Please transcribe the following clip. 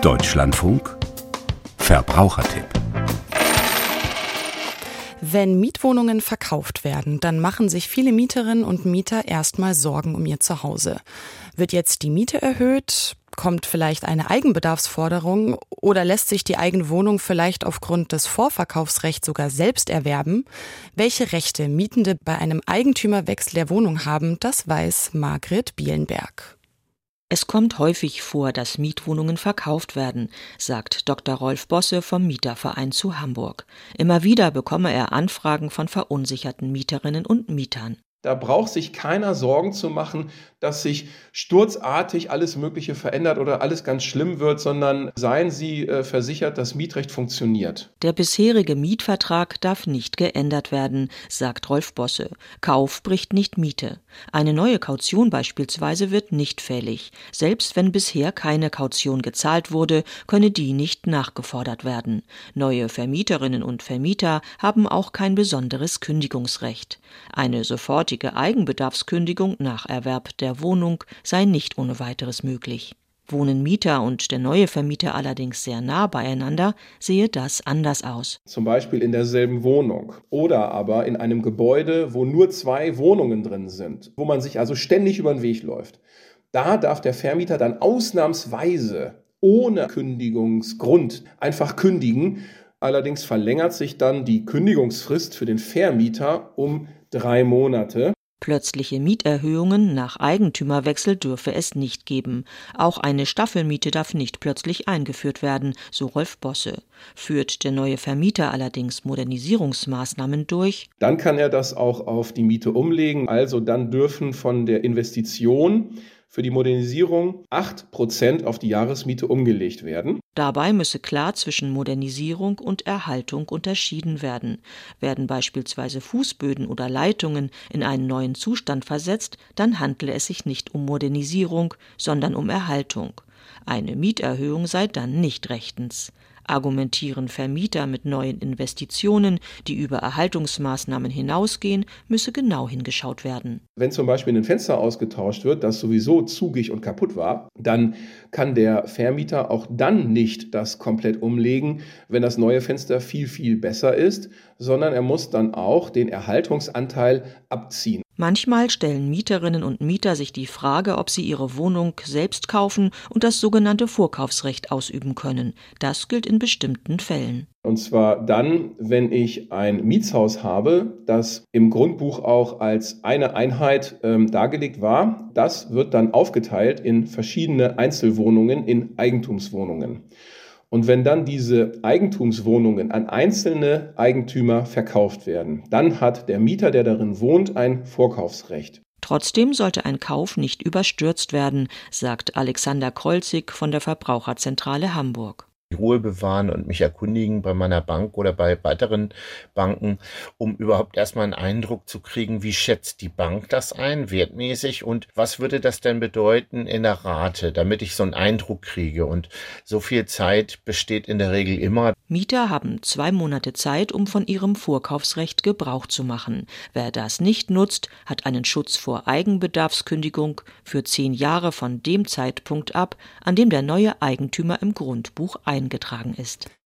Deutschlandfunk Verbrauchertipp. Wenn Mietwohnungen verkauft werden, dann machen sich viele Mieterinnen und Mieter erstmal Sorgen um ihr Zuhause. Wird jetzt die Miete erhöht? Kommt vielleicht eine Eigenbedarfsforderung oder lässt sich die eigene Wohnung vielleicht aufgrund des Vorverkaufsrechts sogar selbst erwerben? Welche Rechte Mietende bei einem Eigentümerwechsel der Wohnung haben, das weiß Margret Bielenberg. Es kommt häufig vor, dass Mietwohnungen verkauft werden, sagt Dr. Rolf Bosse vom Mieterverein zu Hamburg. Immer wieder bekomme er Anfragen von verunsicherten Mieterinnen und Mietern. Da braucht sich keiner Sorgen zu machen, dass sich sturzartig alles Mögliche verändert oder alles ganz schlimm wird, sondern seien Sie versichert, das Mietrecht funktioniert. Der bisherige Mietvertrag darf nicht geändert werden, sagt Rolf Bosse. Kauf bricht nicht Miete. Eine neue Kaution beispielsweise wird nicht fällig. Selbst wenn bisher keine Kaution gezahlt wurde, könne die nicht nachgefordert werden. Neue Vermieterinnen und Vermieter haben auch kein besonderes Kündigungsrecht. Eine sofortige Eigenbedarfskündigung nach Erwerb der Wohnung sei nicht ohne weiteres möglich. Wohnen Mieter und der neue Vermieter allerdings sehr nah beieinander, sehe das anders aus. Zum Beispiel in derselben Wohnung oder aber in einem Gebäude, wo nur 2 Wohnungen drin sind, wo man sich also ständig über den Weg läuft. Da darf der Vermieter dann ausnahmsweise ohne Kündigungsgrund einfach kündigen. Allerdings verlängert sich dann die Kündigungsfrist für den Vermieter um 3 Monate. Plötzliche Mieterhöhungen nach Eigentümerwechsel dürfe es nicht geben. Auch eine Staffelmiete darf nicht plötzlich eingeführt werden, so Rolf Bosse. Führt der neue Vermieter allerdings Modernisierungsmaßnahmen durch, dann kann er das auch auf die Miete umlegen. Also dann dürfen von der Investition für die Modernisierung 8% auf die Jahresmiete umgelegt werden. Dabei müsse klar zwischen Modernisierung und Erhaltung unterschieden werden. Werden beispielsweise Fußböden oder Leitungen in einen neuen Zustand versetzt, dann handle es sich nicht um Modernisierung, sondern um Erhaltung. Eine Mieterhöhung sei dann nicht rechtens. Argumentieren Vermieter mit neuen Investitionen, die über Erhaltungsmaßnahmen hinausgehen, müsse genau hingeschaut werden. Wenn zum Beispiel ein Fenster ausgetauscht wird, das sowieso zugig und kaputt war, dann kann der Vermieter auch dann nicht das komplett umlegen, wenn das neue Fenster viel, viel besser ist, sondern er muss dann auch den Erhaltungsanteil abziehen. Manchmal stellen Mieterinnen und Mieter sich die Frage, ob sie ihre Wohnung selbst kaufen und das sogenannte Vorkaufsrecht ausüben können. Das gilt in bestimmten Fällen. Und zwar dann, wenn ich ein Mietshaus habe, das im Grundbuch auch als eine Einheit dargelegt war. Das wird dann aufgeteilt in verschiedene Einzelwohnungen, in Eigentumswohnungen. Und wenn dann diese Eigentumswohnungen an einzelne Eigentümer verkauft werden, dann hat der Mieter, der darin wohnt, ein Vorkaufsrecht. Trotzdem sollte ein Kauf nicht überstürzt werden, sagt Alexander Krolzig von der Verbraucherzentrale Hamburg. Ruhe bewahren und mich erkundigen bei meiner Bank oder bei weiteren Banken, um überhaupt erstmal einen Eindruck zu kriegen, wie schätzt die Bank das ein, wertmäßig, und was würde das denn bedeuten in der Rate, damit ich so einen Eindruck kriege. Und so viel Zeit besteht in der Regel immer. Mieter haben 2 Monate Zeit, um von ihrem Vorkaufsrecht Gebrauch zu machen. Wer das nicht nutzt, hat einen Schutz vor Eigenbedarfskündigung für 10 Jahre von dem Zeitpunkt ab, an dem der neue Eigentümer im Grundbuch eingetragen ist.